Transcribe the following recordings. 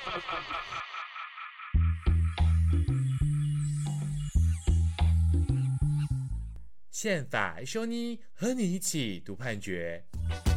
宪法修妮和你一起读判决。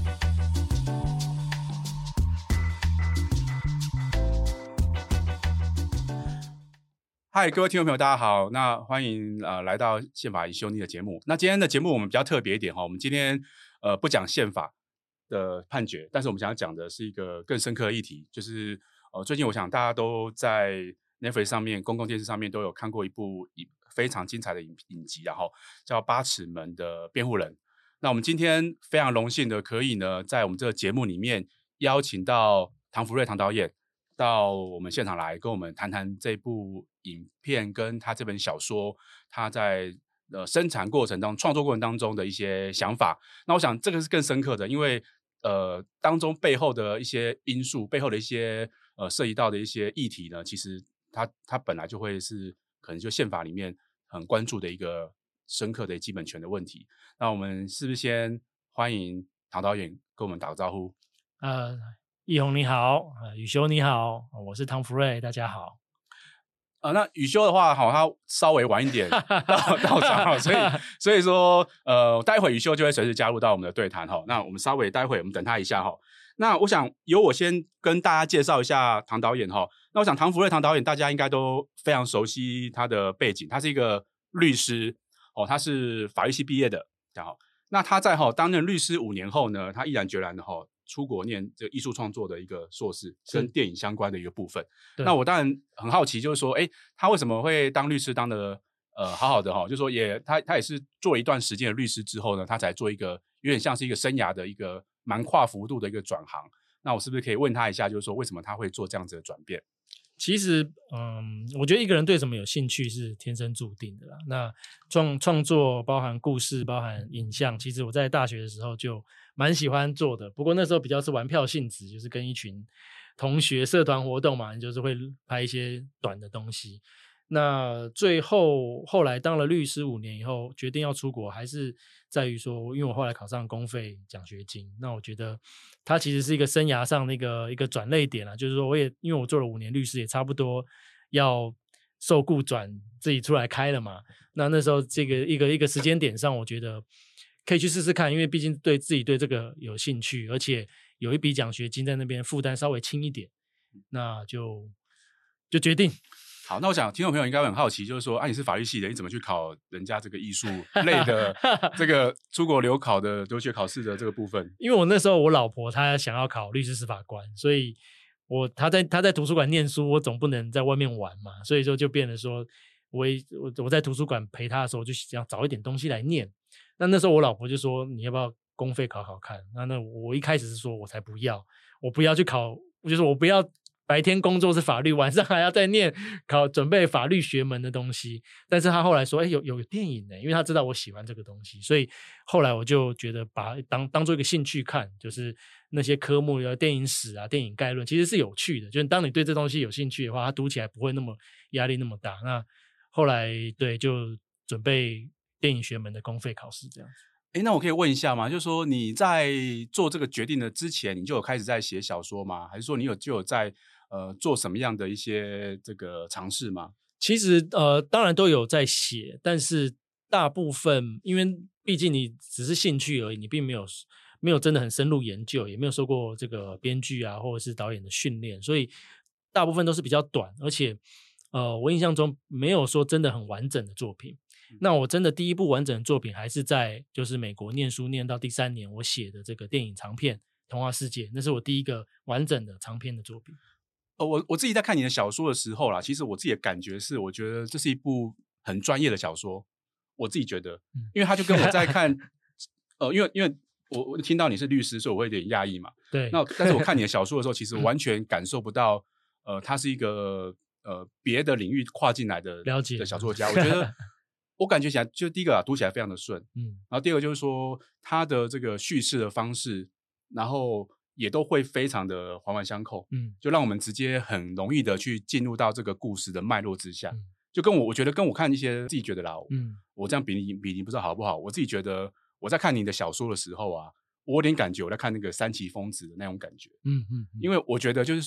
嗨，各位听众朋友，大家好。那欢迎来到宪法一修妮的节目。那今天的节目我们比较特别一点哈，我们今天不讲宪法的判决，但是我们想要讲的是一个更深刻的议题，就是最近我想大家都在 Netflix 上面、公共电视上面都有看过一部非常精彩的影集，然后叫《八尺门的辩护人》。那我们今天非常荣幸的可以呢，在我们这个节目里面邀请到唐福瑞唐导演到我们现场来跟我们谈谈这部影片跟他这本小说他在生产过程当中、创作过程当中的一些想法。那我想这个是更深刻的，因为当中背后的一些因素、背后的一些涉及到的一些议题呢，其实它本来就会是可能就宪法里面很关注的一个深刻的基本权的问题。那我们是不是先欢迎唐导演跟我们打个招呼？ 奕弘你好，宇修你好，我是唐福瑞，大家好。 那宇修的话，他稍微晚一点到场，所以说待会宇修就会随时加入到我们的对谈哈。那我们稍微待会我们等他一下哈。那我想由我先跟大家介绍一下唐导演哈。那我想唐福瑞唐导演大家应该都非常熟悉他的背景，他是一个律师哦，他是法律系毕业的，这样哈。那他在担任律师5年后呢，他毅然决然的出国念这个艺术创作的一个硕士，跟电影相关的一个部分。那我当然很好奇，就是说，他为什么会当律师当的好好的就是说他也是做了一段时间的律师之后呢，他才做一个有点像是一个生涯的一个蛮跨幅度的一个转行。那我是不是可以问他一下，就是说为什么他会做这样子的转变？ 其实我觉得一个人对什么有兴趣是天生注定的啦。那创作包含故事包含影像，其实我在大学的时候就蛮喜欢做的，不过那时候比较是玩票性质，就是跟一群同学社团活动嘛，就是会拍一些短的东西。那后来当了律师5年以后，决定要出国，还是在于说，因为我后来考上公费奖学金，那我觉得它其实是一个生涯上的一个转捩点啦，就是说因为我做了5年律师，也差不多要受雇转自己出来开了嘛。那时候这个一个时间点上，我觉得可以去试试看，因为毕竟自己对这个有兴趣，而且有一笔奖学金在那边，负担稍微轻一点，那就决定。 好，那我想听众朋友应该会很好奇，就是说你是法律系的，你怎么去考人家这个艺术类的这个出国留学考试的这个部分？ 因为我那时候我老婆她想要考律师司法官，所以她在图书馆念书，我总不能在外面玩嘛，所以说就变成说我在图书馆陪她的时候，就想找一点东西来念。那时候我老婆就说你要不要公费考考看？那我一开始是说我才不要，我不要去考，就是我不要白天工作是法律，晚上还要再准备法律学门的东西。但是他后来说有电影因为他知道我喜欢这个东西，所以后来我就觉得把当做一个兴趣看，就是那些科目的电影史啊、电影概论其实是有趣的，就是当你对这东西有兴趣的话，它读起来不会那么压力那么大。那后来就准备电影学门的公费考试这样子。 那我可以问一下吗？就是说你在做这个决定的之前，你就有开始在写小说吗？还是说你就有在做什么样的一些这个尝试吗？ 其实当然都有在写，但是大部分因为毕竟你只是兴趣而已，你并没有真的很深入研究，也没有受过这个编剧啊或者是导演的训练，所以大部分都是比较短，而且我印象中没有说真的很完整的作品。那我真的第一部完整的作品还是在就是美国念书念到第3年我写的这个电影长片《童话世界》，那是我第一个完整的长篇的作品。 我自己在看你的小说的时候啦，其实我自己的感觉是，我觉得这是一部很专业的小说，我自己觉得，因为他就跟我在看，因为我听到你是律师，所以我会有点讶异嘛。 对。 但是我看你的小说的时候，其实完全感受不到，他是一个别的领域跨进来的小作家，我觉得。我感觉起来，就第一个读起来非常的顺，然后第二个就是说他的这个叙事的方式，然后也都会非常的环环相扣，就让我们直接很容易的去进入到这个故事的脉络之下，就跟我觉得跟我看一些自己觉得啦，我这样比你不知道好不好，我自己觉得我在看你的小说的时候啊，我有点感觉我在看那个三崎丰子的那种感觉，因为我觉得就是说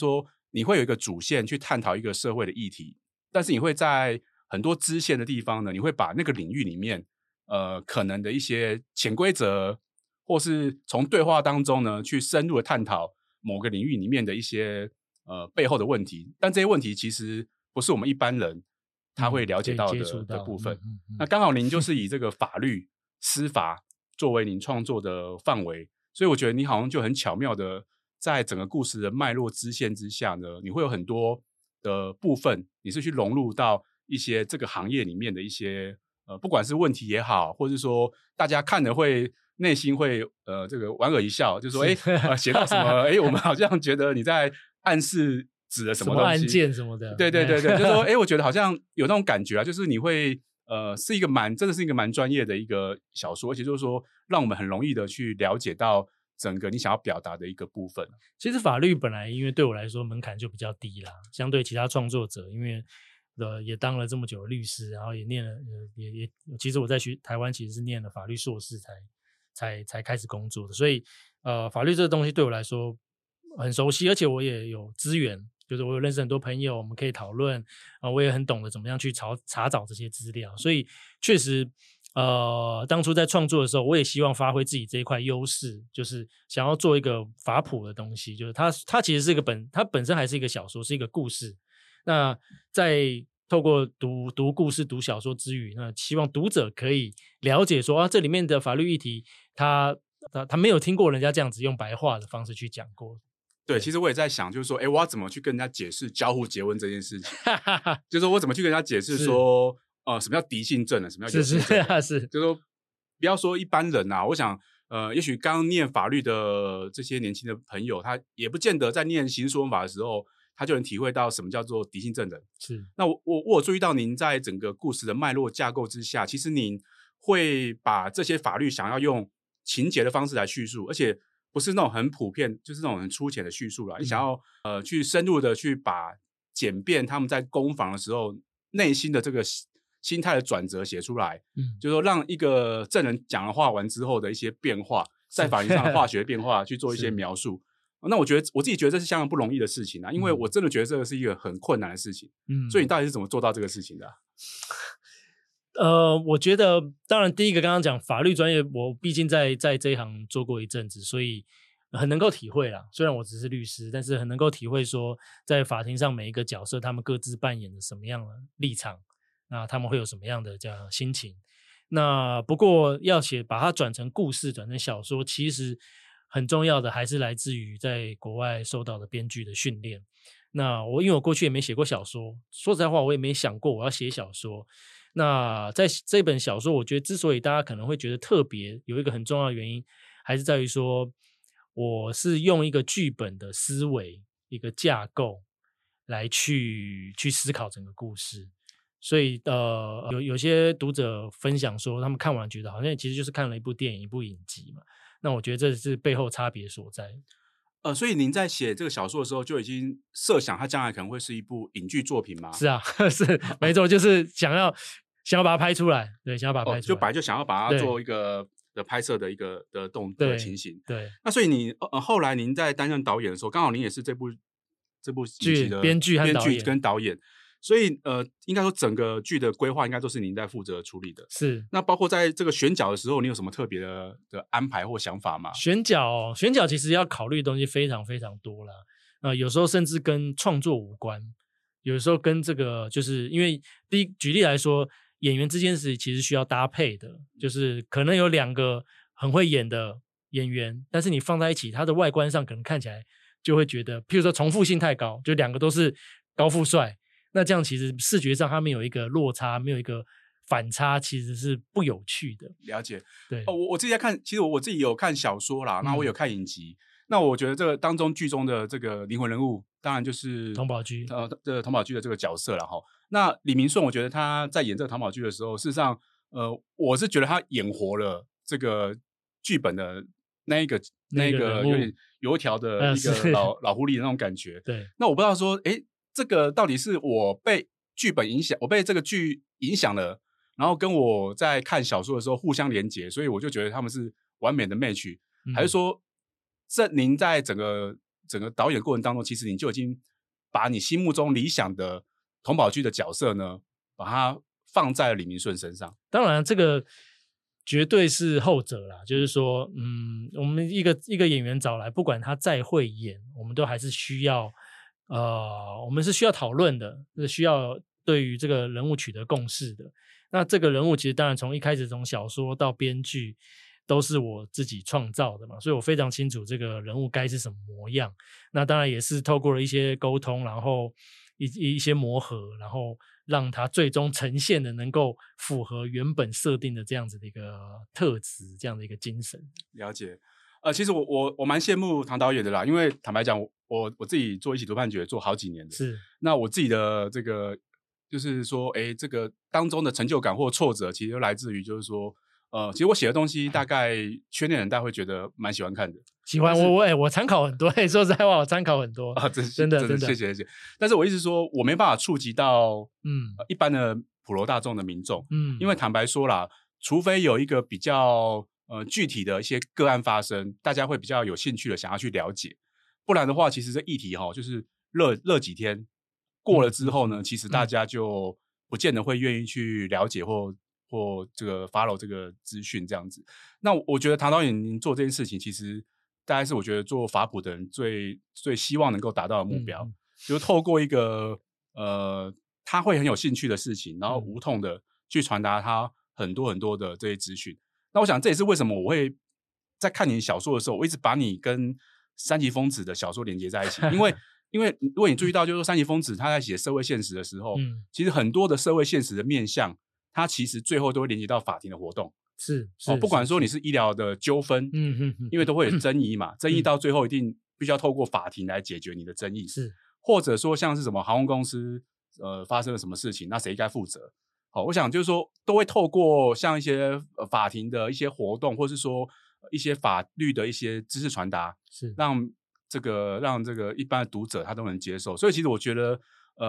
你会有一个主线去探讨一个社会的议题，但是你会在很多支线的地方呢，你会把那个领域里面可能的一些潜规则，或是从对话当中呢去深入的探讨某个领域里面的一些背后的问题，但这些问题其实不是我们一般人他会了解到的部分。那刚好您就是以这个法律、司法作为您创作的范围，所以我觉得你好像就很巧妙的在整个故事的脉络支线之下呢，你会有很多的部分，你是去融入到一些这个行业里面的一些不管是问题也好，或者是说大家看了会内心会这个莞尔一笑，就说写到什么我们好像觉得你在暗示指了什么东西， 案件什么的， 对，就说我觉得好像有那种感觉啊，就是你会是一个真的是一个蛮专业的一个小说，而且就是说让我们很容易的去了解到整个你想要表达的一个部分。 其实法律本来因为对我来说门槛就比较低啦，相对其他创作者，因为也当了这么久的律师，然后也念了其实我在台湾其实是念了法律硕士才开始工作的，所以法律这个东西对我来说很熟悉，而且我也有资源，就是我有认识很多朋友，我们可以讨论我也很懂得怎么样去查找这些资料，所以确实当初在创作的时候，我也希望发挥自己这一块优势，就是想要做一个法普的东西，就是它其实是它本身还是一个小说，是一个故事。那在透过读故事、读小说之余，那希望读者可以了解说这里面的法律议题，他没有听过人家这样子用白话的方式去讲过。 对，其实我也在想，就是说，我要怎么去跟人家解释交互诘问这件事情？就是说我怎么去跟人家解释说，什么叫敌性证什么叫有性证是， 就是说不要说一般人啊，我想，也许刚念法律的这些年轻的朋友，他也不见得在念刑事诉讼法的时候，他就能体会到什么叫做敌性证人。 是， 那我有注意到您在整个故事的脉络架构之下，其实您会把这些法律想要用情节的方式来叙述，而且不是那种很普遍，就是那种很粗浅的叙述啦。你想要去深入的去把简便他们在攻防的时候内心的这个心态的转折写出来，就是说让一个证人讲了话完之后的一些变化，在法庭上的化学变化去做一些描述。那我觉得我自己觉得这是相当不容易的事情啊，因为我真的觉得这个是一个很困难的事情。所以你到底是怎么做到这个事情的我觉得当然第一个刚刚讲法律专业，我毕竟在这一行做过一阵子，所以很能够体会啦。虽然我只是律师，但是很能够体会说在法庭上每一个角色他们各自扮演的什么样的立场，那他们会有什么样的这样心情。那不过要把它转成故事，转成小说，其实很重要的还是来自于在国外受到的编剧的训练。那因为我过去也没写过小说，说实在话我也没想过我要写小说。那在这本小说，我觉得之所以大家可能会觉得特别，有一个很重要的原因，还是在于说我是用一个剧本的思维，一个架构来去思考整个故事。所以有些读者分享说他们看完觉得好像其实就是看了一部电影，一部影集嘛。那我觉得这是背后差别所在。 所以您在写这个小说的时候就已经设想它将来可能会是一部影剧作品吗？ 是啊，是没错，就是想要把它拍出来，对，想要把它拍出来， 就本来就想要把它做一个的拍摄的一个的情形。 对， 那所以你后来您在担任导演的时候，刚好您也是这部影集的编剧跟导演。所以应该说整个剧的规划应该都是您在负责处理的。 是。 那包括在这个选角的时候，你有什么特别的安排或想法吗？ 选角其实要考虑的东西非常非常多啦。有时候甚至跟创作无关，有时候跟这个就是因为举例来说，演员之间是其实需要搭配的，就是可能有两个很会演的演员，但是你放在一起，他的外观上可能看起来就会觉得，譬如说重复性太高，就两个都是高富帅。那这样其实视觉上它没有一个落差，没有一个反差，其实是不有趣的。 了解。 对。 我自己在看，其实我自己有看小说啦，那我有看影集。那我觉得这个当中剧中的这个灵魂人物，当然就是佟宝驹。 这个佟宝驹的这个角色啦齁。那李明顺，我觉得他在演这个佟宝驹的时候，事实上我是觉得他演活了这个剧本的那个有点油条的一个老狐狸的那种感觉。 对。 那我不知道说这个到底是我被剧本影响，我被这个剧影响了，然后跟我在看小说的时候互相连结，所以我就觉得他们是完美的 match，还是说您在整个导演过程当中，其实你就已经把你心目中理想的佟宝驹的角色呢，把它放在李铭顺身上？ 当然，这个绝对是后者啦，就是说，我们一个演员找来，不管他再会演，我们都还是需要，我们是需要讨论的，是需要对于这个人物取得共识的。那这个人物其实当然从一开始从小说到编剧都是我自己创造的嘛，所以我非常清楚这个人物该是什么模样。那当然也是透过了一些沟通，然后一些磨合，然后让它最终呈现的能够符合原本设定的这样子的一个特质，这样的一个精神。 了解。其实我蛮羡慕唐导演的啦，因为坦白讲，我自己做一起读判决做好几年的， 是。 那我自己的这个就是说，这个当中的成就感或挫折，其实就来自于就是说，其实我写的东西大概圈内人大概会觉得蛮喜欢看的。 喜欢我参考很多，说实在话，我参考很多啊， 真的， 谢谢。但是我一直说我没办法触及到一般的普罗大众的民众，因为坦白说啦，除非有一个比较具体的一些个案发生，大家会比较有兴趣的想要去了解，不然的话，其实这议题就是热几天过了之后呢，其实大家就不见得会愿意去了解或这个 follow 这个资讯这样子。那我觉得唐导演您做这件事情，其实大概是我觉得做法普的人最希望能够达到的目标，就是透过一个他会很有兴趣的事情，然后无痛的去传达他很多很多的这些资讯。那我想这也是为什么我会在看你小说的时候，我一直把你跟三崎丰子的小说连接在一起，因为如果你注意到，就是说三崎丰子他在写社会现实的时候，其实很多的社会现实的面向，它其实最后都会连接到法庭的活动。 是不管说你是医疗的纠纷，因为都会有争议嘛，争议到最后一定必须要透过法庭来解决你的争议， 是或者说像是什么航空公司发生了什么事情，那谁该负责？我想就是说都会透过像一些法庭的一些活动，或是说一些法律的一些知识传达， 是让这个一般的读者他都能接受。所以其实我觉得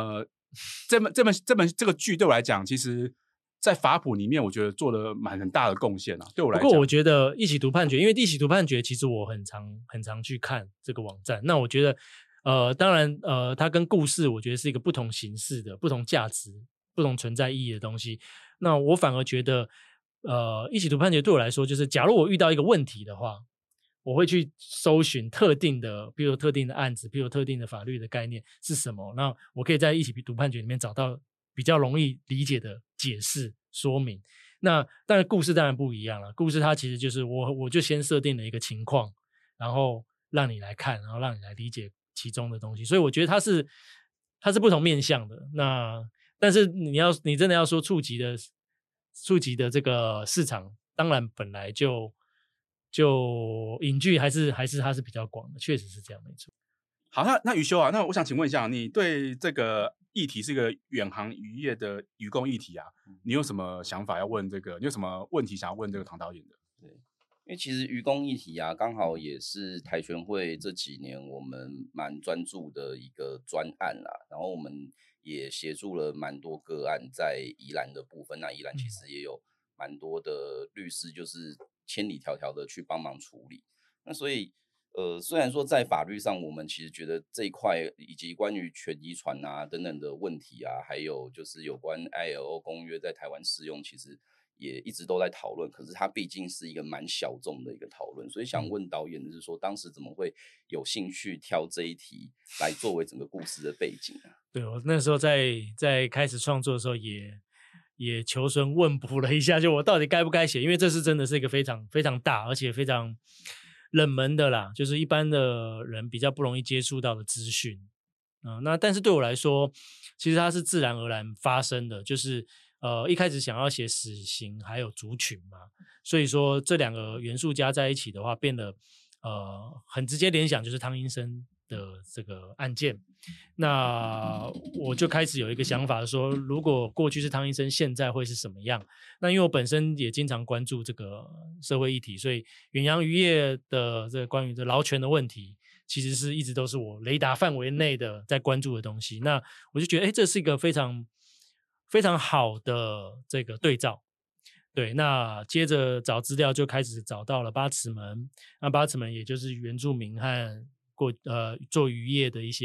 这个剧对我来讲，其实在法普里面我觉得做了很大的贡献啊，对我来讲。 不过我觉得一起读判决，因为一起读判决其实我很常去看这个网站，那我觉得当然它跟故事我觉得是一个不同形式的不同价值不同存在意义的东西。那我反而觉得一起读判决对我来说，就是假如我遇到一个问题的话，我会去搜寻特定的，比如特定的案子，比如特定的法律的概念是什么，那我可以在一起读判决里面找到比较容易理解的解释说明。那当然故事当然不一样了，故事它其实就是我就先设定了一个情况，然后让你来看，然后让你来理解其中的东西，所以我觉得它是不同面向的。那但是你真的要说触及的这个市场，当然本来就影剧还是它是比较广的，确实是这样，没错。 好，那宇修啊，那我想请问一下，你对这个议题是一个远航渔业的渔工议题啊，你有什么想法要问这个？你有什么问题想要问这个唐导演的？ 对，因为其实渔工议题啊，刚好也是台全会这几年我们蛮专注的一个专案啦，然后我们也协助了蛮多个案在宜兰的部分，那宜兰其实也有蛮多的律师就是千里迢迢的去帮忙处理。那所以虽然说在法律上我们其实觉得这一块以及关于全遗传啊等等的问题啊，还有就是有关 ILO 公约在台湾适用，其实也一直都在讨论，可是它毕竟是一个蛮小众的一个讨论，所以想问导演的是说，当时怎么会有兴趣挑这一题来作为整个故事的背景啊？ 对，我那时候在开始创作的时候也求神问卜了一下，就我到底该不该写，因为这是真的是一个非常非常大而且非常冷门的啦，就是一般的人比较不容易接触到的资讯。那但是对我来说，其实它是自然而然发生的，就是一开始想要写死刑还有族群嘛，所以说这两个元素加在一起的话，变得很直接联想就是汤英伸的这个案件。那我就开始有一个想法说，如果过去是汤英伸，现在会是什么样？那因为我本身也经常关注这个社会议题，所以远洋渔业的这个关于这劳权的问题，其实是一直都是我雷达范围内的在关注的东西。那我就觉得这是一个非常非常好的这个对照。对，那接着找资料就开始找到了八尺门，那八尺门也就是原住民和做渔业的一些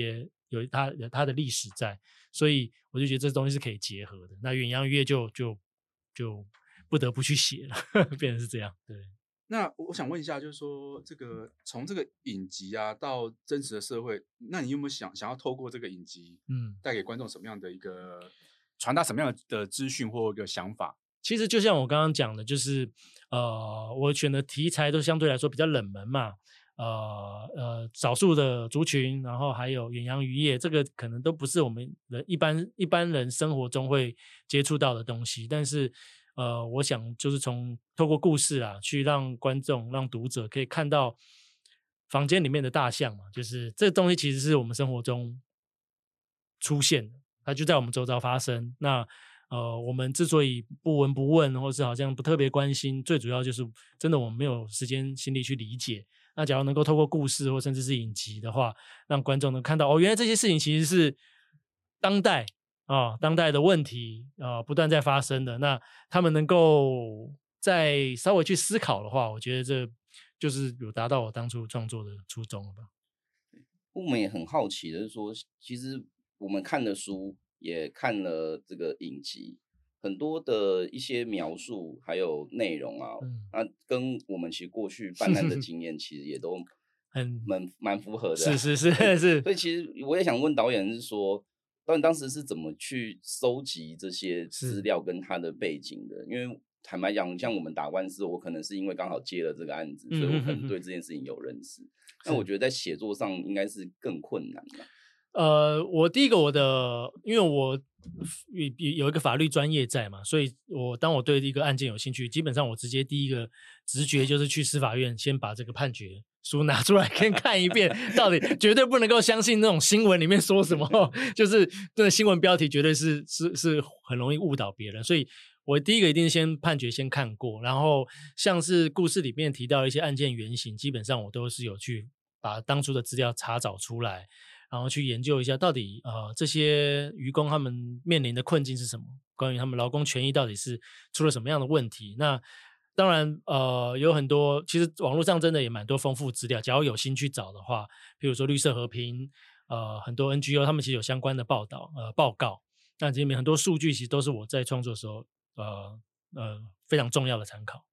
有它的历史在，所以我就觉得这东西是可以结合的。那远洋渔业就不得不去写了，变成是这样。对。 那我想问一下，就是说这个从这个影集啊到真实的社会，那你有没有想要透过这个影集，带给观众什么样的一个传达什么样的资讯或一个想法？ 其实就像我刚刚讲的，就是我选的题材都相对来说比较冷门嘛，少数的族群，然后还有远洋渔业，这个可能都不是我们一般人生活中会接触到的东西，但是我想就是透过故事啊，去让观众、让读者可以看到房间里面的大象嘛，就是这个东西其实是我们生活中出现的，它就在我们周遭发生。那我们之所以不闻不问，或是好像不特别关心，最主要就是真的我们没有时间心力去理解。那假如能够透过故事或甚至是影集的话，让观众能看到原来这些事情其实是当代的问题不断在发生的。那他们能够再稍微去思考的话，我觉得这就是有达到我当初创作的初衷了吧。 我们也很好奇的是说，其实我们看的书也看了这个影集，很多的一些描述还有内容啊，跟我们其实过去办案的经验其实也都蛮符合的。 是。 所以其实我也想问导演是说，导演当时是怎么去收集这些资料跟他的背景的？因为坦白讲，像我们打官司，我可能是因为刚好接了这个案子，所以我可能对这件事情有认识。但我觉得在写作上应该是更困难了。 我第一个因为我有一个法律专业在嘛，所以当我对一个案件有兴趣，基本上我直接第一个直觉就是去司法院先把这个判决书拿出来先看一遍，到底绝对不能够相信那种新闻里面说什么，就是这个新闻标题绝对是很容易误导别人，所以我第一个一定先判决先看过，然后像是故事里面提到一些案件原型，基本上我都是有去把当初的资料查找出来，然后去研究一下到底这些渔工他们面临的困境是什么，关于他们劳工权益到底是出了什么样的问题。那当然有很多，其实网络上真的也蛮多丰富资料，假如有心去找的话，比如说绿色和平很多 NGO 他们其实有相关的报告，那这里面很多数据其实都是我在创作的时候非常重要的参考。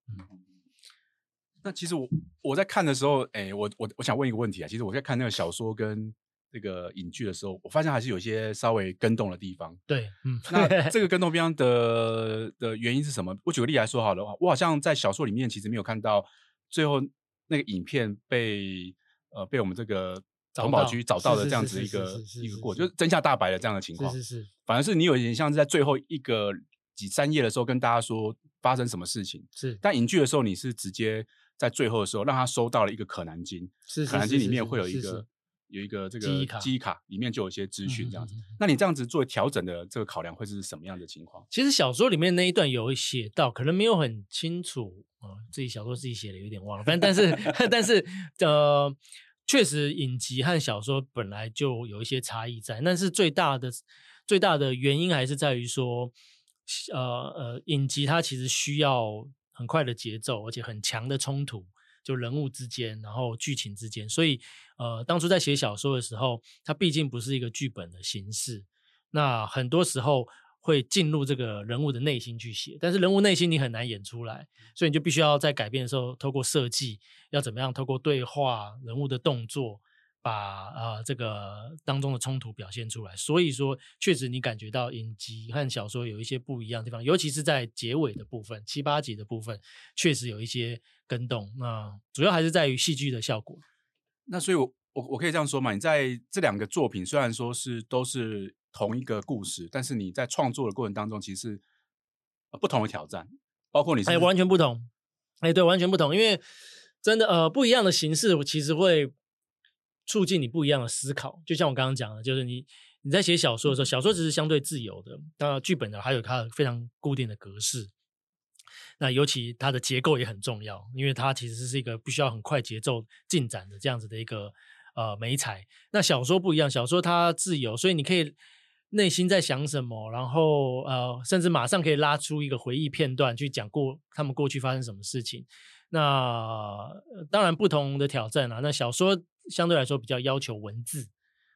那其实我在看的时候，我想问一个问题啊。其实我在看那个小说跟这个影剧的时候，我发现还是有一些稍微跟动的地方。 对， 那这个跟动地方的原因是什么？我举个例来说好了，我好像在小说里面其实没有看到最后那个影片被我们这个童保局找到的这样子一个过程，就是真相大白的这样的情况。 是， 反而是你有一点像是在最后一个3页的时候跟大家说发生什么事情。 是， 但影剧的时候你是直接在最后的时候让他收到了一个可南金，可南金里面会有一个这个记忆卡，里面就有一些资讯这样子。那你这样子做调整的这个考量会是什么样的情况？ 其实小说里面那一段有写到，可能没有很清楚自己小说自己写的有点忘了，但是确实影集和小说本来就有一些差异在，但是最大的原因还是在于说影集它其实需要很快的节奏，而且很强的冲突，就人物之间，然后剧情之间，所以当初在写小说的时候，它毕竟不是一个剧本的形式，那很多时候会进入这个人物的内心去写，但是人物内心你很难演出来，所以你就必须要在改编的时候透过设计，要怎么样透过对话人物的动作把这个当中的冲突表现出来。所以说确实你感觉到影集和小说有一些不一样的地方，尤其是在结尾的部分7、8集的部分确实有一些跟动，那主要还是在于戏剧的效果。 那所以我可以这样说嘛，你在这两个作品虽然说都是同一个故事，但是你在创作的过程当中其实是不同的挑战，包括你是完全不同。对，完全不同，因为真的不一样的形式其实会促进你不一样的思考。就像我刚刚讲的，就是你在写小说的时候，小说只是相对自由的，那剧本呢还有它非常固定的格式，那尤其它的结构也很重要，因为它其实是一个必须要很快节奏进展的这样子的一个媒材。那小说不一样，小说它自由，所以你可以内心在想什么，然后甚至马上可以拉出一个回忆片段去讲他们过去发生什么事情。那当然不同的挑战啊，那小说相对来说比较要求文字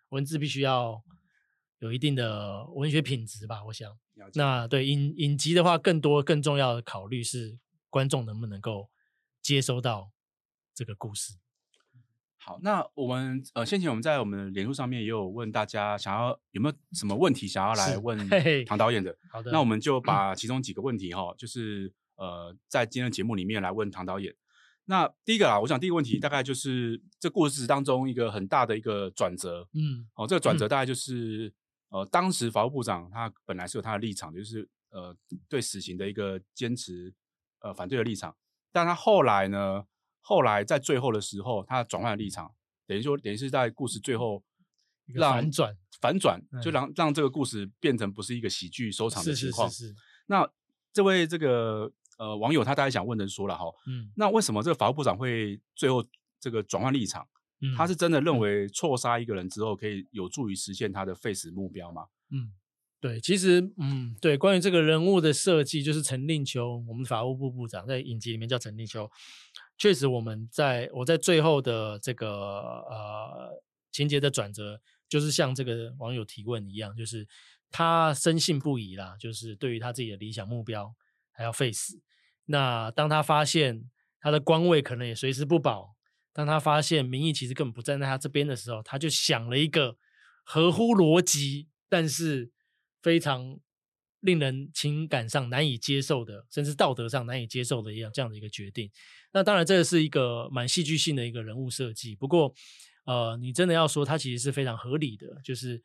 文字必须要有一定的文学品质吧，我想。 了解那对影集的话，更重要的考虑是观众能不能够接收到这个故事。 好，那我们先前我们在我们脸书上面也有问大家，有没有什么问题想要来问嘿嘿唐导演的？ 好的， 那我们就把其中几个问题就是在今天的节目里面来问唐导演。那第一个我想第一个问题大概就是这故事当中一个很大的一个转折，这个转折大概就是当时法务部长他本来是有他的立场，就是对死刑的一个坚持反对的立场，但他后来在最后的时候，他转换了立场，等于是在故事最后一个反转， 就让这个故事变成不是一个喜剧收场的情况。 是。 那这位这个网友他大概想问的说了那为什么这个法务部长会最后这个转换立场？他是真的认为错杀一个人之后可以有助于实现他的废死目标吗？ 对，其实对，关于这个人物的设计，就是陈令秋，我们法务部部长在影集里面叫陈令秋。确实，我在最后的这个情节的转折，就是像这个网友提问一样，就是他深信不疑啦，就是对于他自己的理想目标还要废死。那当他发现他的官位可能也随时不保，当他发现民意其实根本不站在他这边的时候，他就想了一个合乎逻辑，但是非常令人情感上难以接受的，甚至道德上难以接受的这样的一个决定。那当然这是一个蛮戏剧性的一个人物设计，不过你真的要说它其实是非常合理的，就是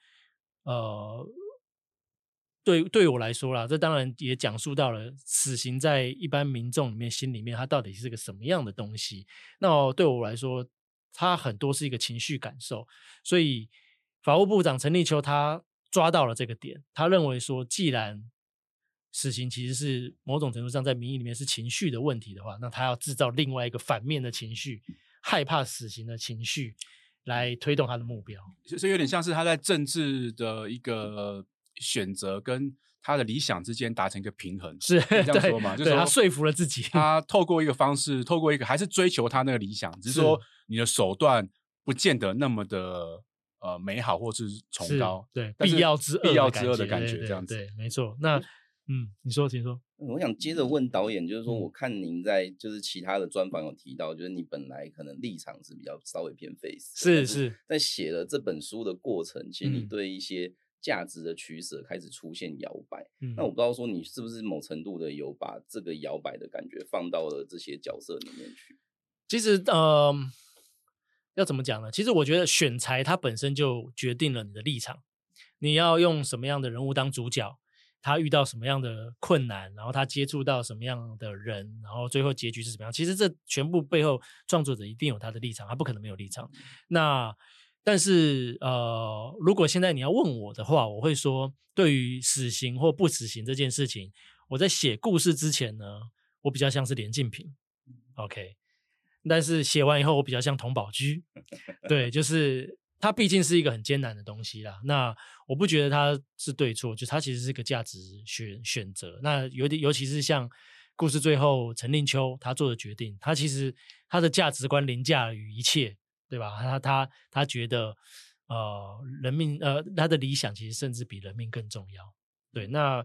对我来说啦，这当然也讲述到了死刑在一般民众里面心里面它到底是个什么样的东西。那对我来说，它很多是一个情绪感受，所以法务部长陈立秋他抓到了这个点，他认为说既然死刑其实是某种程度上在民意里面是情绪的问题的话，那他要制造另外一个反面的情绪，害怕死刑的情绪来推动他的目标。 所以有点像是他在政治的一个选择跟他的理想之间达成一个平衡， 是这样说嘛？就是他说服了自己， 他透过一个方式，透过一个还是追求他那个理想，只是说你的手段不见得那么的美好或是崇高， 对， 必要之恶的感觉，这样子， 对，没错。那你说，请说。 我想接着问导演，就是说，我看您在就是其他的专访有提到，就是你本来可能立场是比较稍微偏废死， 是在写了这本书的过程，其实你对一些价值的取舍开始出现摇摆。那我不知道说你是不是某程度的有把这个摇摆的感觉放到了这些角色里面去？ 其实要怎么讲呢？其实我觉得选材它本身就决定了你的立场，你要用什么样的人物当主角，他遇到什么样的困难，然后他接触到什么样的人，然后最后结局是什么样。其实这全部背后创作者一定有他的立场，他不可能没有立场。那但是如果现在你要问我的话，我会说对于死刑或不死刑这件事情，我在写故事之前呢，我比较像是连晋平 OK， 但是写完以后我比较像佟宝驹对，就是它毕竟是一个很艰难的东西啦，那我不觉得它是对错，就它其实是个价值选择。那尤其是像故事最后陈令秋他做的决定，他其实他的价值观凌驾于一切，对吧？他觉得人命他的理想其实甚至比人命更重要。对，那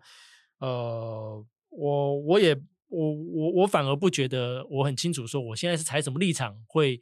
我反而不觉得我很清楚说我现在是采什么立场会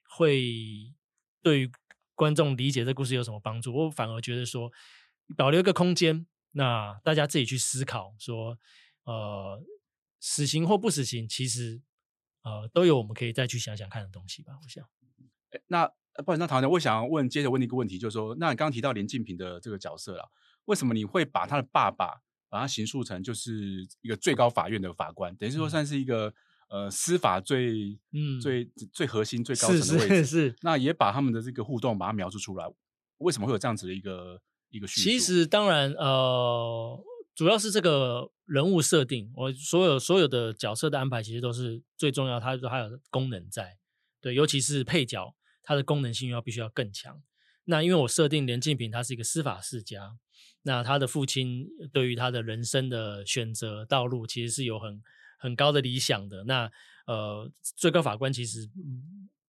对于观众理解这故事有什么帮助。我反而觉得说保留一个空间，那大家自己去思考说死刑或不死刑其实都有我们可以再去想想看的东西吧，我想。 那不然那唐导，我想要接着问一个问题，就是说，那你刚刚提到连晋平的这个角色啦，为什么你会把他的爸爸把他形塑成就是一个最高法院的法官，等于说算是一个司法最核心最高层的位置， 是那也把他们的这个互动把它描述出来，为什么会有这样子的一个叙述？ 其实当然主要是这个人物设定，我所有的角色的安排其实都是最重要，它还有功能在，对，尤其是配角，它的功能性必须要更强。那因为我设定连晋平他是一个司法世家，那他的父亲对于他的人生的选择道路其实是有很高的理想的。那最高法官其实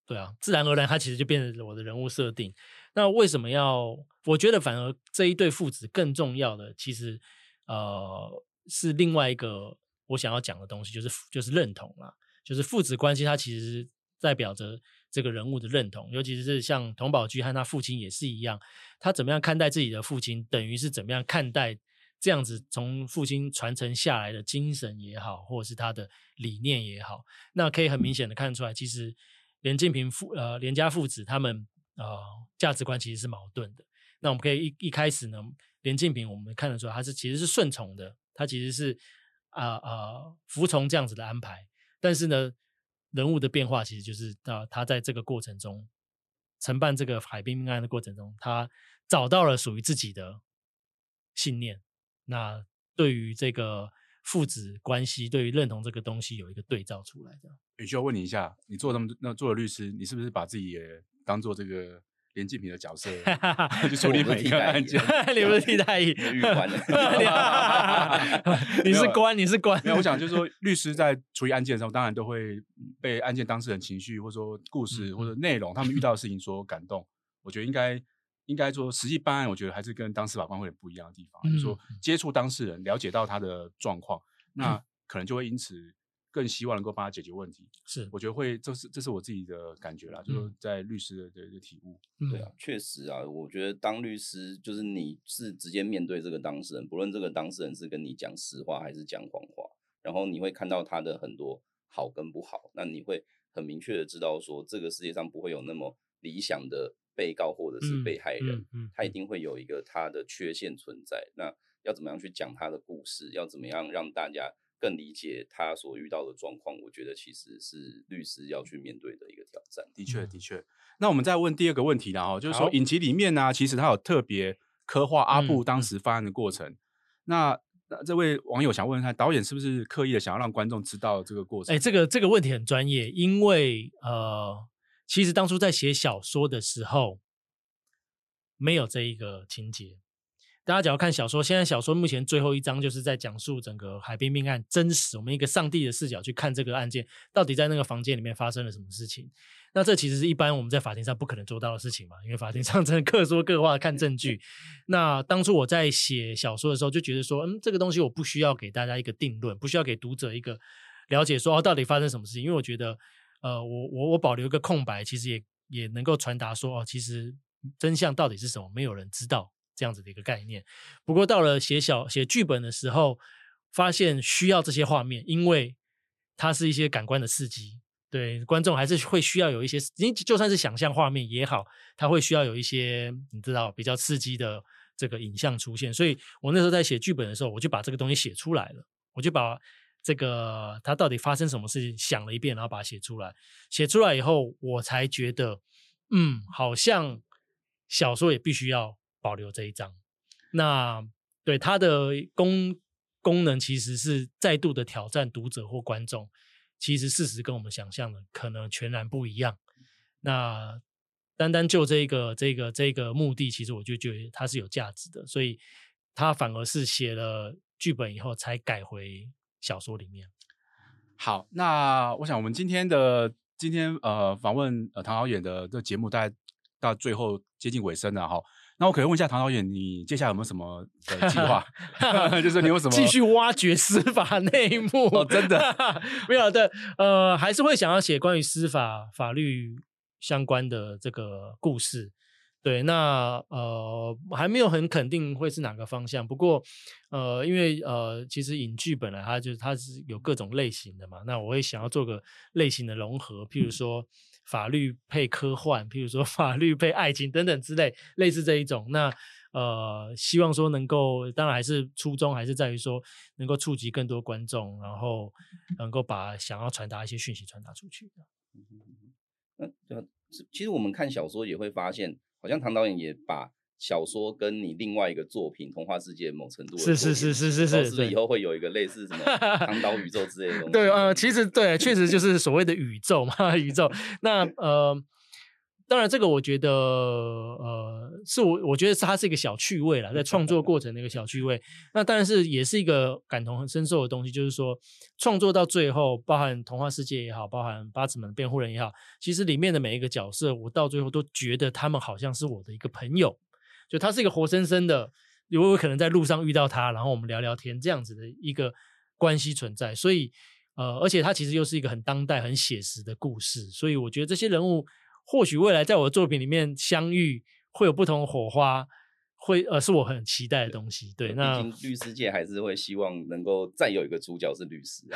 对啊，自然而然它其实就变成了我的人物设定。那为什么我觉得反而这一对父子更重要的，其实是另外一个我想要讲的东西，就是认同啦，就是父子关系，它其实代表着这个人物的认同，尤其是像佟宝驹和他父亲也是一样，他怎么样看待自己的父亲，等于是怎么样看待这样子从父亲传承下来的精神也好，或者是他的理念也好，那可以很明显的看出来，其实连晋平连家父子他们价值观其实是矛盾的。那我们可以一开始呢，连晋平我们看得出来他其实是顺从的，他其实是服从这样子的安排，但是呢人物的变化其实就是他在这个过程中承办这个海滨命案的过程中，他找到了属于自己的信念，那对于这个父子关系，对于认同这个东西有一个对照出来的。 宇修问你一下，你做了律师，你是不是把自己也当做这个连晋平的角色去处理每一个案件？ 你不是替代役， 狱官你是官，你是官。 没有，我想就是说，律师在处理案件的时候，当然都会被案件当事人情绪，或者说故事或者内容，他们遇到的事情所感动。我觉得应该说，实际办案，我觉得还是跟当司法官会有不一样的地方，就是说接触当事人，了解到他的状况，那可能就会因此更希望能够帮他解决问题。 是， 我觉得这是我自己的感觉啦，就是在律师的体悟。 对啊，确实啊，我觉得当律师就是你是直接面对这个当事人，不论这个当事人是跟你讲实话还是讲谎话，然后你会看到他的很多好跟不好，那你会很明确的知道说，这个世界上不会有那么理想的被告或者是被害人，他一定会有一个他的缺陷存在。那要怎么样去讲他的故事，要怎么样让大家更理解他所遇到的状况，我觉得其实是律师要去面对的一个挑战。 的确。那我们再问第二个问题啦，就是说影集里面呢，其实他有特别刻画阿布当时犯案的过程。那这位网友想问他，导演是不是刻意的想要让观众知道这个过程？ 这个问题很专业，因为其实当初在写小说的时候没有这一个情节。大家只要看小说，现在小说目前最后一章就是在讲述整个海滨命案真实，我们一个上帝的视角去看这个案件到底在那个房间里面发生了什么事情。那这其实是一般我们在法庭上不可能做到的事情嘛，因为法庭上真的各说各话看证据。那当初我在写小说的时候就觉得说这个东西我不需要给大家一个定论，不需要给读者一个了解说到底发生什么事情，因为我觉得我保留一个空白，其实也能够传达说其实真相到底是什么，没有人知道这样子的一个概念。不过到了写剧本的时候，发现需要这些画面，因为它是一些感官的刺激，对观众还是会需要有一些，就算是想象画面也好，它会需要有一些你知道比较刺激的这个影像出现。所以我那时候在写剧本的时候，我就把这个东西写出来了，我就把这个它到底发生什么事情想了一遍，然后把它写出来。写出来以后，我才觉得好像小说也必须要保留这一章。那对它的功能其实是再度的挑战读者或观众，其实事实跟我们想象的可能全然不一样。那单单就这个目的，其实我就觉得它是有价值的，所以它反而是写了剧本以后才改回小说里面。 好，那我想我们今天访问唐导演的这节目大概到最后接近尾声了哈。那我可以问一下唐导演，你接下来有没有什么的计划？就是你有什么继续挖掘司法内幕？ 真的没有的，还是会想要写关于司法法律相关的这个故事。对，那还没有很肯定会是哪个方向。不过因为其实影剧本来它是有各种类型的嘛，那我会想要做个类型的融合，譬如说法律配科幻，譬如说法律配爱情等等之类，类似这一种。那希望说能够，当然还是初衷还是在于说能够触及更多观众，然后能够把想要传达一些讯息传达出去。 其实我们看小说也会发现，好像唐导演也把小说跟你另外一个作品《童话世界》某程度的是， 是不是以后会有一个类似什么唐岛宇宙之类的东西？ 对，其实对，确实就是所谓的宇宙嘛，宇宙。那当然这个我觉得我觉得它是一个小趣味啦，在创作过程的一个小趣味。那当然也是一个感同身受的东西，就是说创作到最后，包含童话世界也好，包含八尺门的辩护人也好，其实里面的每一个角色，我到最后都觉得他们好像是我的一个朋友，就他是一个活生生的，有可能在路上遇到他，然后我们聊聊天这样子的一个关系存在。所以而且它其实又是一个很当代很写实的故事，所以我觉得这些人物或许未来在我的作品里面相遇会有不同的火花，是我很期待的东西。对，那毕竟律师界还是会希望能够再有一个主角是律师、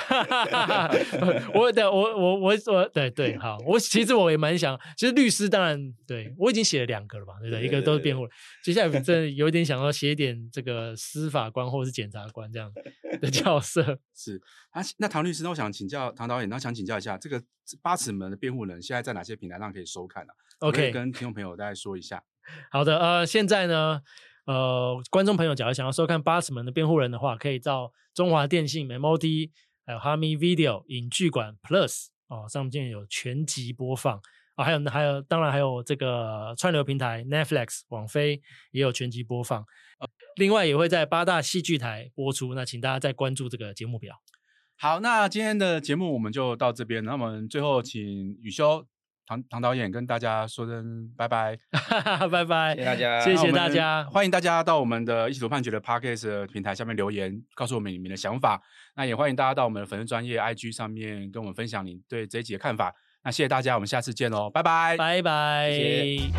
对，好，其实我也蛮想，其实律师当然对我已经写了2个了吧，对不对？一个都是辩护人，接下来真的有点想要写一点这个司法官或是检察官这样的角色。 是那唐律师，那我想请教唐导演，那想请教一下，这个八尺门的辩护人现在在哪些平台上可以收看呢 ？OK， 可以跟听众朋友大概说一下。 好的，现在呢，观众朋友假如想要收看八尺门的辩护人的话，可以到中华电信 MOD 还有哈密 Video 影剧馆 Plus 上面有全集播放还有当然还有这个串流平台 Netflix 网飞也有全集播放，另外也会在8大戏剧台播出，那请大家再关注这个节目表。 好，那今天的节目我们就到这边，那我们最后请宇修唐导演跟大家说声拜拜。 拜拜， 谢谢大家， 谢谢大家， 欢迎大家到我们的一起读判决的 Podcast 平台下面留言，告诉我们你们的想法。那也欢迎大家到我们的粉丝专页 IG 上面跟我们分享你对这一集的看法。那谢谢大家，我们下次见喽，拜拜， 拜拜。 谢谢。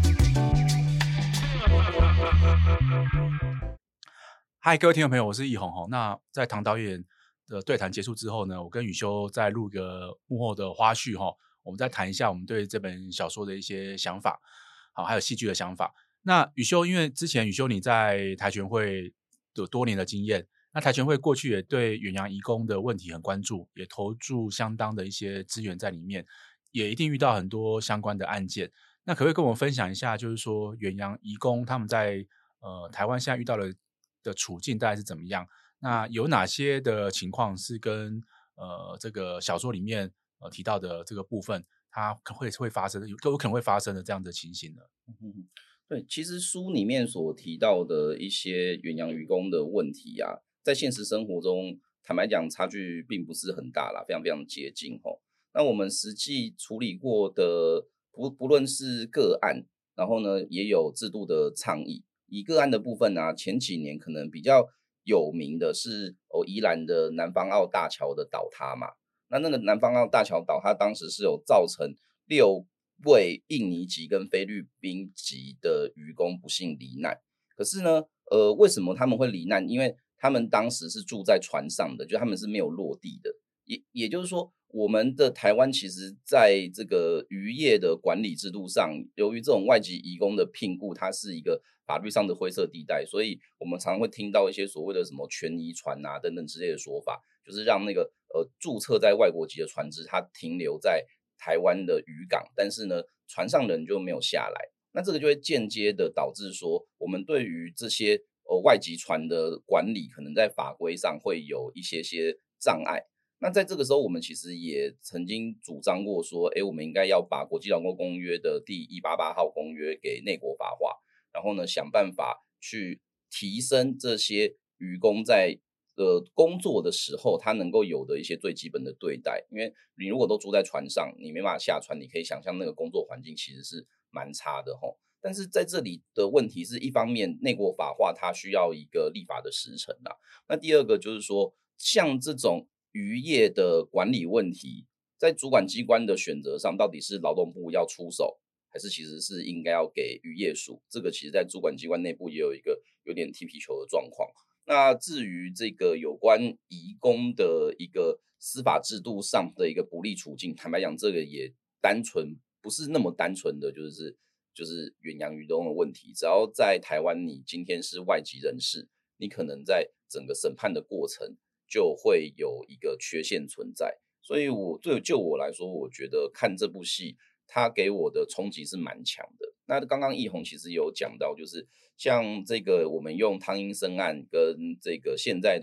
嗨，各位听众朋友，我是易宏。那在唐导演的对谈结束之后呢，我跟宇修再录个幕后的花絮我们再谈一下我们对这本小说的一些想法，好，还有戏剧的想法。那宇修，因为之前宇修你在台拳会有多年的经验，那台拳会过去也对远洋移工的问题很关注，也投注相当的一些资源在里面，也一定遇到很多相关的案件。那可不可以跟我们分享一下，就是说远洋移工他们在台湾现在遇到的处境大概是怎么样？那有哪些的情况是跟这个小说里面提到的这个部分，它会发生，有可能会发生的这样的情形呢？ 对，其实书里面所提到的一些远洋渔工的问题啊，在现实生活中，坦白讲，差距并不是很大啦，非常非常接近那我们实际处理过的，不论是个案，然后呢，也有制度的倡议。以个案的部分啊，前几年可能比较有名的是宜兰的南方澳大桥的倒塌嘛。那个南方澳大桥倒塌，当时是有造成6位印尼籍跟菲律宾籍的渔工不幸罹难。可是呢，为什么他们会罹难？因为他们当时是住在船上的，就他们是没有落地的。也就是说，我们的台湾其实在这个渔业的管理制度上，由于这种外籍移工的聘雇，它是一个法律上的灰色地带，所以我们常会听到一些所谓的什么权移船啊等等之类的说法，就是让那个注册在外国籍的船只它停留在台湾的渔港，但是呢船上人就没有下来。那这个就会间接的导致说，我们对于这些外籍船的管理，可能在法规上会有一些障碍。那在这个时候，我们其实也曾经主张过说，我们应该要把国际劳工公约的第188号公约给内国法化，然后呢，想办法去提升这些渔工在工作的时候，他能够有的一些最基本的对待。因为你如果都住在船上，你没办法下船，你可以想象那个工作环境其实是蛮差的但是在这里的问题是，一方面内国法化它需要一个立法的时程啦，那第二个就是说，像这种渔业的管理问题，在主管机关的选择上，到底是劳动部要出手，还是其实是应该要给渔业署？这个其实在主管机关内部也有一个有点踢皮球的状况。那至于这个有关移工的一个司法制度上的一个不利处境，坦白讲，这个也不是那么单纯的就是远洋渔工的问题。只要在台湾，你今天是外籍人士，你可能在整个审判的过程就会有一个缺陷存在。所以就我来说，我觉得看这部戏，它给我的冲击是蛮强的。那刚刚易宏其实有讲到，就是像这个我们用汤英生案跟这个现在的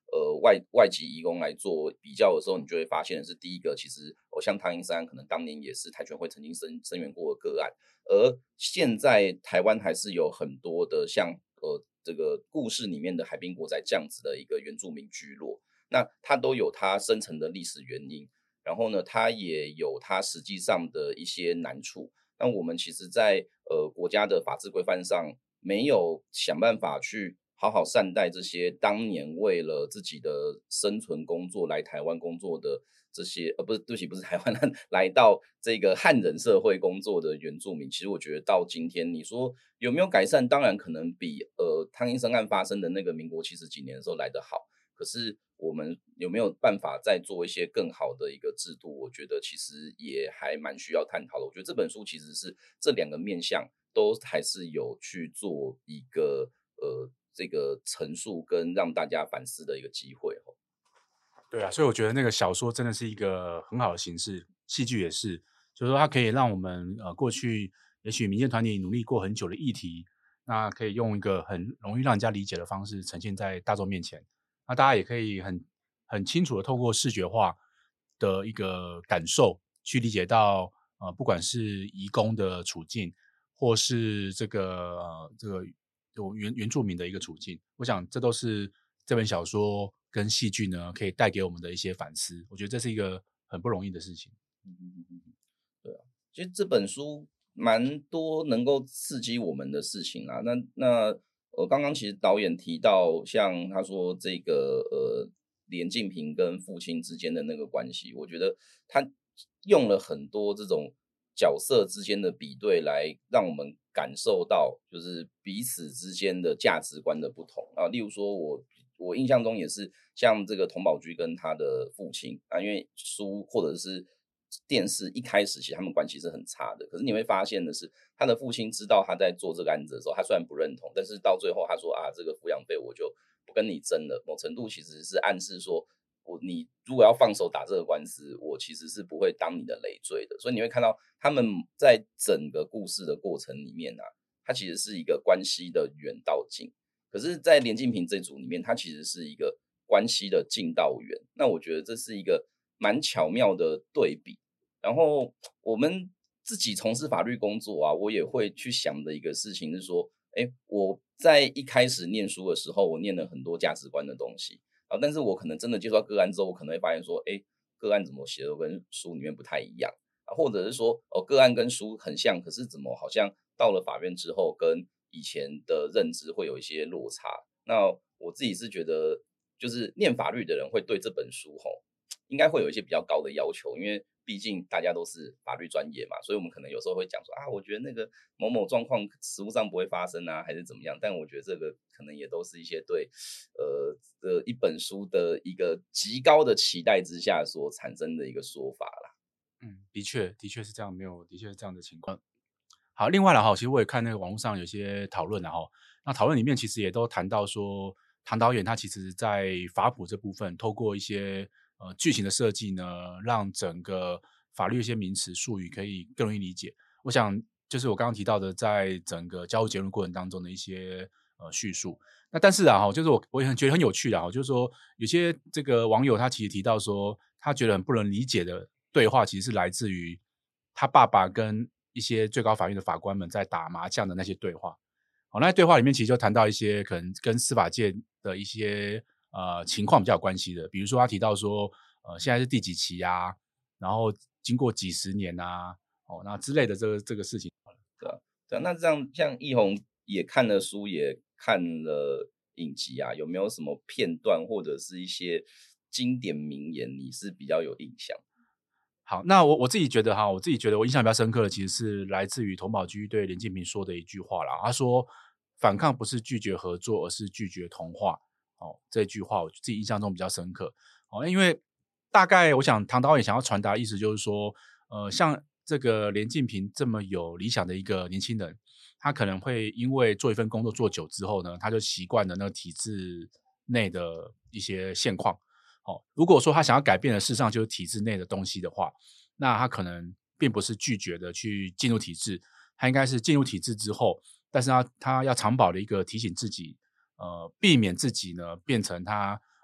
外籍移工来做比较的时候，你就会发现的是，第一个其实像汤英山可能当年也是台全会曾经声援过的个案，而现在台湾还是有很多的像这个故事里面的海滨国宅这样子的一个原住民聚落，那它都有它深层的历史原因，然后呢，它也有它实际上的一些难处。那我们其实在国家的法治规范上没有想办法去好好善待这些当年为了自己的生存工作来台湾工作的这些不是对不起不是台湾来到这个汉人社会工作的原住民，其实我觉得到今天你说有没有改善，当然可能比汤英生案发生的那个民国70几年的时候来得好，可是我们有没有办法再做一些更好的一个制度，我觉得其实也还蛮需要探讨的。我觉得这本书其实是这两个面向都还是有去做一个这个陈述跟让大家反思的一个机会。 对啊，所以我觉得那个小说真的是一个很好的形式，戏剧也是，就是说它可以让我们过去也许民间团体努力过很久的议题，那可以用一个很容易让人家理解的方式呈现在大众面前，那大家也可以很清楚的透过视觉化的一个感受去理解到不管是移工的处境，或是这个原住民的一个处境，我想这都是这本小说跟戏剧呢可以带给我们的一些反思，我觉得这是一个很不容易的事情。 对啊，其实这本书蛮多能够刺激我们的事情啊。那刚刚其实导演提到，像他说这个连晋平跟父亲之间的那个关系，我觉得他用了很多这种角色之间的比对，来让我们感受到就是彼此之间的价值观的不同啊。例如说我印象中也是像这个佟宝驹跟他的父亲啊，因为书或者是电视一开始其实他们关系是很差的，可是你会发现的是，他的父亲知道他在做这个案子的时候，他虽然不认同，但是到最后他说啊，这个抚养费我就不跟你争了，某程度其实是暗示说，你如果要放手打这个官司，我其实是不会当你的累赘的。所以你会看到他们在整个故事的过程里面啊，它其实是一个关系的远到近。可是，在连晋平这组里面，它其实是一个关系的近到远。那我觉得这是一个蛮巧妙的对比。然后我们自己从事法律工作啊，我也会去想的一个事情是说，我在一开始念书的时候，我念了很多价值观的东西啊，但是我可能真的接触到个案之后，我可能会发现说，个案怎么写的跟书里面不太一样啊，或者是说，个案跟书很像，可是怎么好像到了法院之后，跟以前的认知会有一些落差。那我自己是觉得，就是念法律的人会对这本书应该会有一些比较高的要求，因为毕竟大家都是法律专业嘛，所以我们可能有时候会讲说啊，我觉得那个某某状况实务上不会发生啊，还是怎么样。但我觉得这个可能也都是一些对一本书的一个极高的期待之下所产生的一个说法啦。 的确是这样，的确是这样的情况。好，另外其实我也看那个网络上有些讨论那讨论里面其实也都谈到说，唐导演他其实在法普这部分透过一些剧情的设计呢，让整个法律一些名词术语可以更容易理解。我想就是我刚刚提到的，在整个交互结论过程当中的一些叙述。那但是就是我也觉得很有趣就是说有些这个网友他其实提到说，他觉得很不能理解的对话，其实是来自于他爸爸跟一些最高法院的法官们在打麻将的那些对话。那对话里面其实就谈到一些可能跟司法界的一些情况比较有关系的，比如说他提到说现在是第几期啊，然后经过几十年啊，那之类的这个事情。 对啊，那这样像奕弘也看了书，也看了影集啊，有没有什么片段或者是一些经典名言你是比较有印象？ 好，那我自己觉得我印象比较深刻的其实是来自于佟宝驹对连晋平说的一句话啦。他说反抗不是拒绝合作，而是拒绝同化。这句话我自己印象中比较深刻。因为大概我想唐导演想要传达的意思就是说像这个连晋平这么有理想的一个年轻人，他可能会因为做一份工作做久之后呢，他就习惯了那个体制内的一些现况。如果说他想要改变的事实上就是体制内的东西的话，那他可能并不是拒绝的去进入体制，他应该是进入体制之后，但是他要常保的一个提醒自己避免自己呢变成他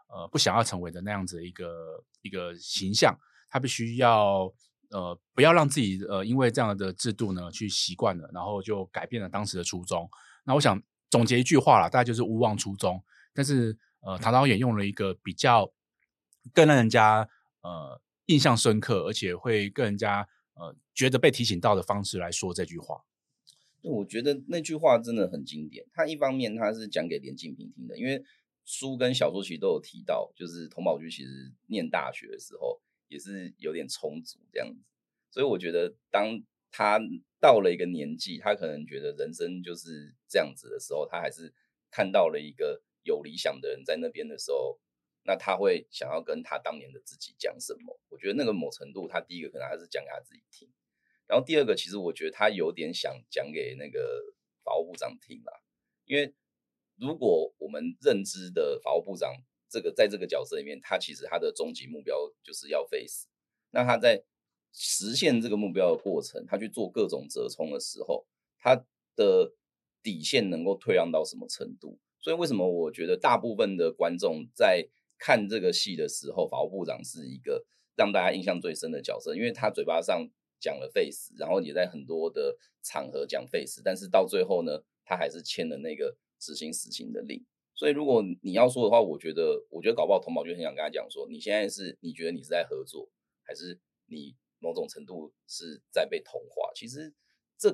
不想要成为的那样子的一个形象，他必须要不要让自己因为这样的制度呢去习惯了，然后就改变了当时的初衷。那我想总结一句话啦，大概就是勿忘初衷。但是唐导演用了一个比较更让人家印象深刻，而且会更人家觉得被提醒到的方式来说这句话。 我觉得那句话真的很经典。他一方面他是讲给连晋平听的，因为书跟小说其实都有提到，就是佟宝驹其实念大学的时候也是有点充足这样子。所以我觉得当他到了一个年纪，他可能觉得人生就是这样子的时候，他还是看到了一个有理想的人在那边的时候，那他会想要跟他当年的自己讲什么。我觉得那个某程度他第一个可能还是讲给他自己听，然后第二个其实我觉得他有点想讲给那个法务部长听啦。因为如果我们认知的法务部长在这个角色里面，他其实他的终极目标就是要废死，那他在实现这个目标的过程，他去做各种折冲的时候，他的底线能够退让到什么程度。所以为什么我觉得大部分的观众在看这个戏的时候，法务部长是一个让大家印象最深的角色，因为他嘴巴上讲了废死，然后也在很多的场合讲废死，但是到最后呢，他还是签了那个执行死刑的令。所以如果你要说的话，我觉得搞不好佟宝驹很想跟他讲说，你现在你觉得你是在合作，还是你某种程度是在被同化？其实这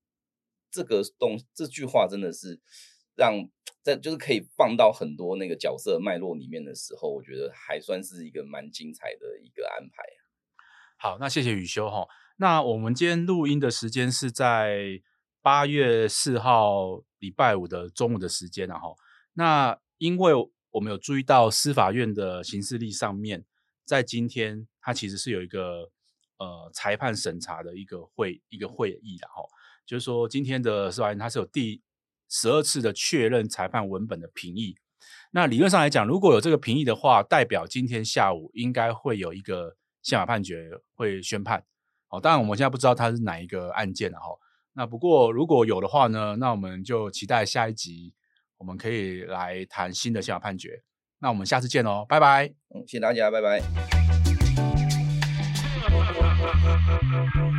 句话真的是就是可以放到很多那个角色脉络里面的时候，我觉得还算是一个蛮精彩的一个安排。 好，那谢谢宇修齁。那我们今天录音的时间是在8月4号礼拜五的中午的时间齁。那因为我们有注意到司法院的刑事历上面，在今天它其实是有一个裁判审查的一个会议啦齁。就是说今天的司法院它是有第12次的确认裁判文本的评议。那理论上来讲，如果有这个评议的话，代表今天下午应该会有一个宪法判决会宣判。当然我们现在不知道它是哪一个案件啦齁。那不过如果有的话呢，那我们就期待下一集我们可以来谈新的宪法判决。那我们下次见咯，拜拜。 谢谢大家，拜拜。